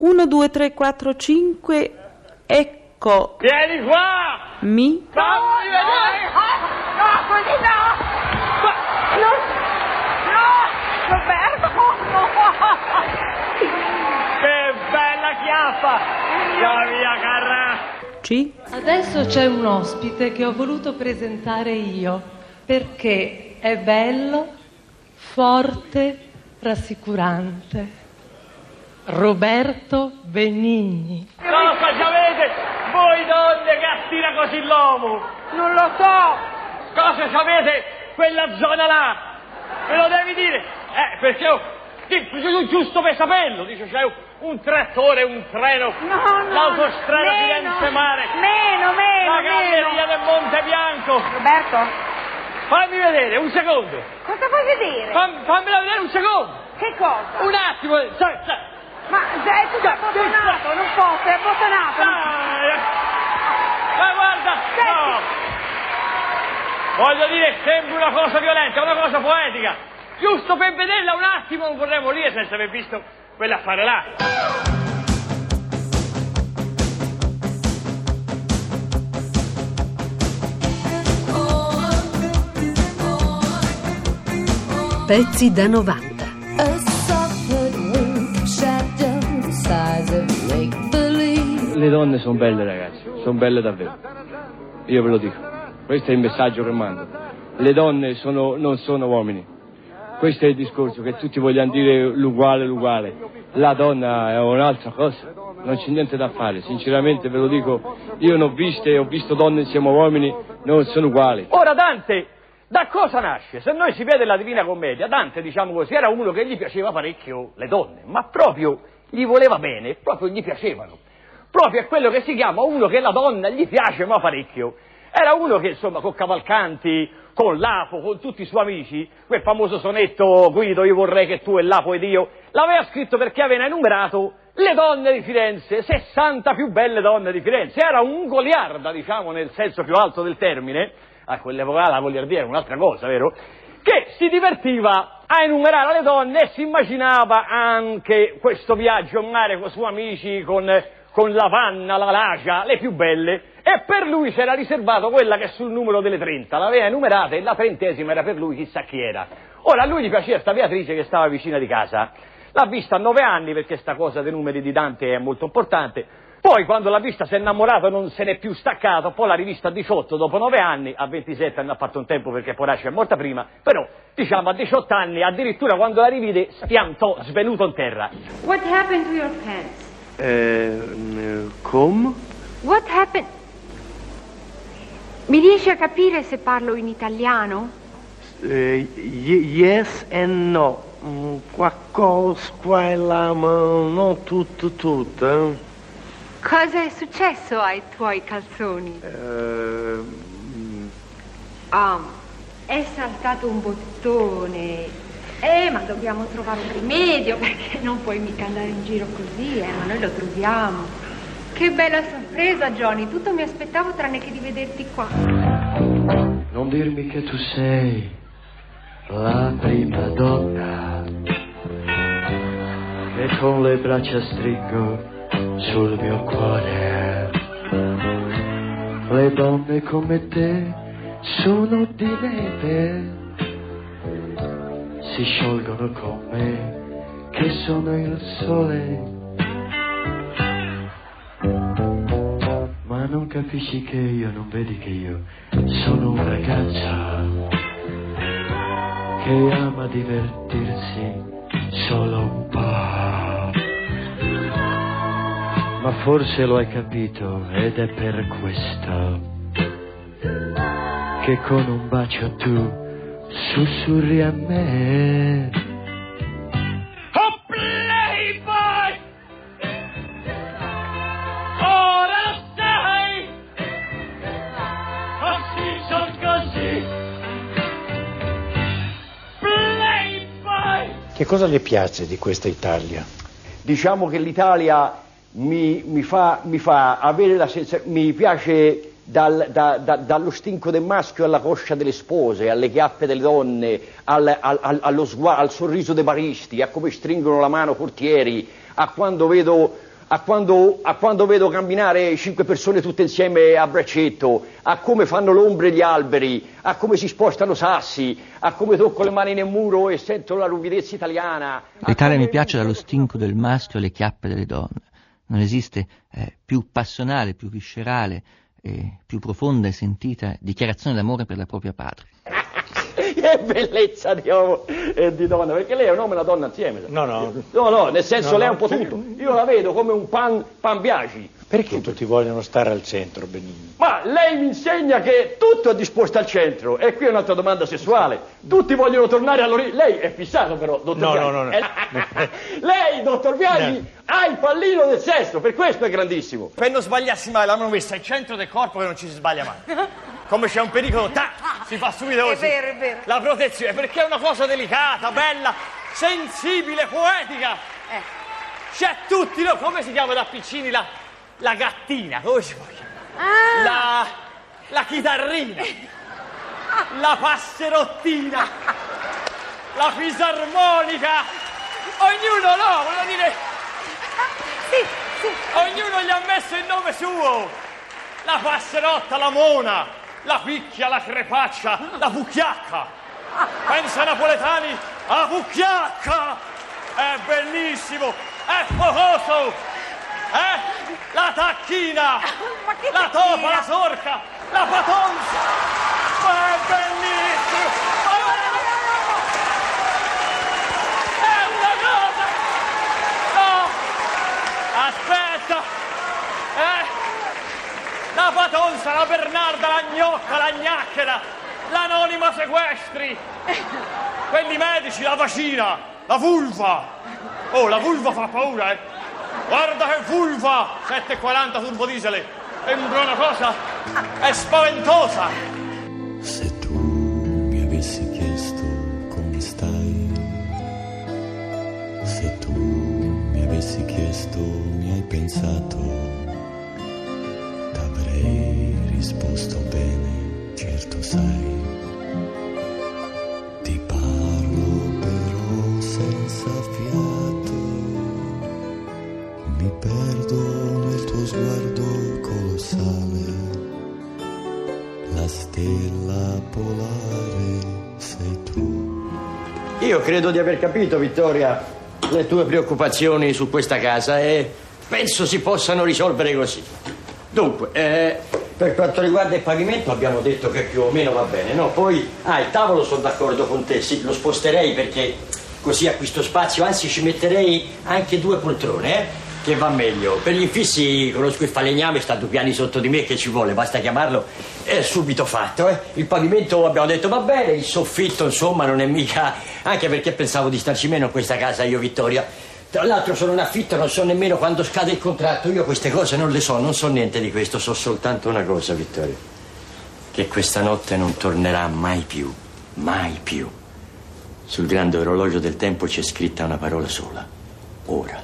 1, 2, 3, 4, 5, ecco. Vieni qua! Mi? Fammi vedere! No, così no! No, Roberto, no! Che bella chiappa! La mia carra! C? Adesso c'è un ospite che ho voluto presentare io, perché è bello, forte, rassicurante. Roberto Benigni. Cosa ci avete voi donne che attira così l'uomo? Non lo so! Cosa ci avete quella zona là? Me lo devi dire? Perché giusto per saperlo, dice c'è un trattore, un treno, l'autostrada Firenze-Mare, la galleria del Monte Bianco. Roberto? Fammi vedere, un secondo. Cosa vuoi vedere? Fammela vedere un secondo. Che cosa? Un attimo. Ma è tutto abbotonato, non posso, è abbotonato. Ma guarda, no. Voglio dire, sembra una cosa violenta, una cosa poetica. Giusto per vederla un attimo non vorrei morire senza aver visto quell'affare là. Pezzi da 90. Le donne sono belle, ragazzi, sono belle davvero. Io ve lo dico. Questo è il messaggio che mando. Le donne non sono uomini. Questo è il discorso, che tutti vogliamo dire l'uguale. La donna è un'altra cosa. Non c'è niente da fare, sinceramente ve lo dico. Io ne ho visto donne insieme a uomini, non sono uguali. Ora Dante, da cosa nasce? Se noi si vede la Divina Commedia, Dante, diciamo così, era uno che gli piaceva parecchio le donne, ma proprio gli voleva bene, proprio gli piacevano. Proprio è quello che si chiama uno che la donna gli piace ma parecchio. Era uno che, insomma, con Cavalcanti, con Lapo, con tutti i suoi amici, quel famoso sonetto Guido, io vorrei che tu e Lapo ed io, l'aveva scritto perché aveva enumerato le donne di Firenze, 60 più belle donne di Firenze. Era un goliarda, diciamo, nel senso più alto del termine. A quell'epoca la goliardia era un'altra cosa, vero? Che si divertiva a enumerare le donne e si immaginava anche questo viaggio in mare con i suoi amici, con la Vanna, la Lacia, le più belle, e per lui si era riservato quella che sul numero delle 30 l'aveva enumerata e la 30ª era per lui chissà chi era. Ora a lui gli piaceva sta Beatrice che stava vicina di casa, l'ha vista a 9 anni perché sta cosa dei numeri di Dante è molto importante, poi quando l'ha vista si è innamorato non se n'è più staccato, poi l'ha rivista a 18 dopo 9 anni, a 27 non ha fatto un tempo perché Poraccia è morta prima, però diciamo a 18 anni addirittura quando la rivide spiantò svenuto in terra. What happened to your pants? Come? What happened? Mi riesci a capire se parlo in italiano? Yes and no. Qualcosa qua e là, ma non tutto. Cosa è successo ai tuoi calzoni? È saltato un bottone. Ma dobbiamo trovare un rimedio perché non puoi mica andare in giro così, ma noi lo troviamo. Che bella sorpresa, Johnny. Tutto mi aspettavo tranne che di vederti qua. Non dirmi che tu sei la prima donna che con le braccia stringo sul mio cuore. Le donne come te sono di neve, si sciolgono con me che sono il sole. Ma non capisci che io, non vedi che io sono un ragazzo che ama divertirsi solo un po'. Ma forse lo hai capito ed è per questo che con un bacio tu sussurri a me. Oh Playboy! Ora lo sai! Così son così! Playboy! Che cosa le piace di questa Italia? Diciamo che l'Italia mi fa avere la sensazione, mi piace dallo stinco del maschio alla coscia delle spose, alle chiappe delle donne, al sorriso dei baristi, a come stringono la mano portieri, a quando vedo a quando vedo camminare 5 persone tutte insieme a braccetto, a come fanno l'ombre gli alberi, a come si spostano sassi, a come tocco le mani nel muro e sento la ruvidezza italiana. L'Italia mi piace dallo stinco del maschio alle chiappe delle donne. Non esiste più passionale, più viscerale, più profonda e sentita dichiarazione d'amore per la propria patria. Che bellezza di uomo e di donna, perché lei è un uomo e una donna insieme. No, nel senso lei è un po' tutto. Io la vedo come un pan biagi. Perché tutti vogliono stare al centro, Benigni? Ma lei mi insegna che tutto è disposto al centro. E qui è un'altra domanda sessuale. Tutti vogliono tornare all'origine. Lei è fissato però, dottor Biagi. No. Lei, dottor Biagi, ha il pallino del sesso, per questo è grandissimo. Per non sbagliarsi mai, l'hanno messa al centro del corpo che non ci si sbaglia mai. Come c'è un pericolo, si fa subito così. È vero. La protezione, perché è una cosa delicata, bella, sensibile, poetica. C'è tutti, no? Come si chiama da piccini la gattina? Come si può chiamare? La chitarrina. La passerottina. La fisarmonica. Ognuno, no, voglio dire... Sì. Ognuno gli ha messo il nome suo. La passerotta, la mona, la picchia, la crepaccia, la fucchiacca. Pensa napoletani, a fucchiacca. È bellissimo, è focoso. La tacchina, la topa, la sorca, la patonza. Ma è bellissimo. È una cosa. No. Aspetta. La patonza, la Bernarda, la gnocca, la gnacchera, l'anonima sequestri. Quelli medici, la vacina, la vulva. Oh, la vulva fa paura, Guarda che vulva! 7,40 turbo diesel. Sembra una cosa... è spaventosa. Se tu mi avessi chiesto come stai, se tu mi avessi chiesto mi hai pensato, t'avrei risposto bene, certo sai. Ti parlo però senza fiato, mi perdo nel tuo sguardo colossale, la stella polare sei tu. Io credo di aver capito, Vittoria, le tue preoccupazioni su questa casa e penso si possano risolvere così. Dunque, per quanto riguarda il pavimento abbiamo detto che più o meno va bene, no? Poi, il tavolo sono d'accordo con te, sì, lo sposterei perché così acquisto spazio, anzi ci metterei anche 2 poltrone, che va meglio. Per gli infissi conosco il falegname, sta 2 piani sotto di me, che ci vuole, basta chiamarlo, è subito fatto, Il pavimento abbiamo detto va bene, il soffitto insomma non è mica, anche perché pensavo di starci meno in questa casa io, Vittoria. Tra l'altro sono in affitto, non so nemmeno quando scade il contratto, io queste cose non le so, non so niente di questo, so soltanto una cosa, Vittoria, che questa notte non tornerà mai più, mai più. Sul grande orologio del tempo c'è scritta una parola sola, ora.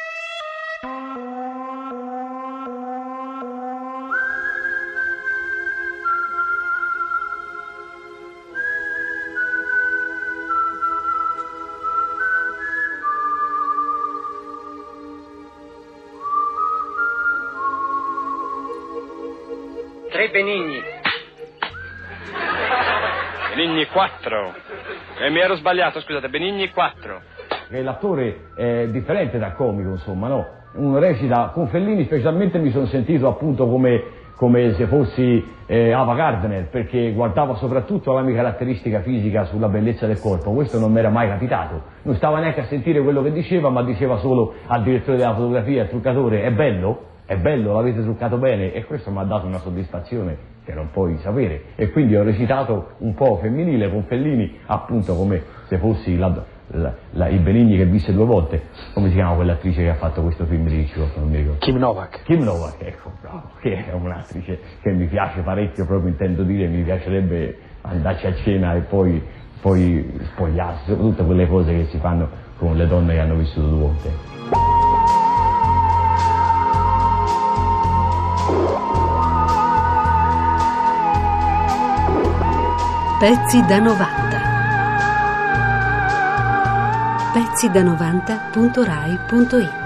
Benigni. Benigni 4. Mi ero sbagliato, scusate, Benigni 4. L'attore è differente dal comico, insomma, no? Uno recita con Fellini, specialmente mi sono sentito appunto come se fossi Ava Gardner, perché guardava soprattutto la mia caratteristica fisica sulla bellezza del corpo. Questo non mi era mai capitato, non stava neanche a sentire quello che diceva, ma diceva solo al direttore della fotografia, al truccatore: è bello, l'avete truccato bene, e questo mi ha dato una soddisfazione che non puoi sapere, e quindi ho recitato un po' femminile con Fellini, appunto come se fossi il Benigni che visse 2 volte. Come si chiama quell'attrice che ha fatto questo film di Hitchcock? Non mi ricordo. Kim Novak, ecco, bravo, che è un'attrice che mi piace parecchio, proprio intendo dire, mi piacerebbe andarci a cena e poi spogliarsi, tutte quelle cose che si fanno con le donne che hanno vissuto 2 volte. Pezzi da 90. Pezzi da 90.rai.it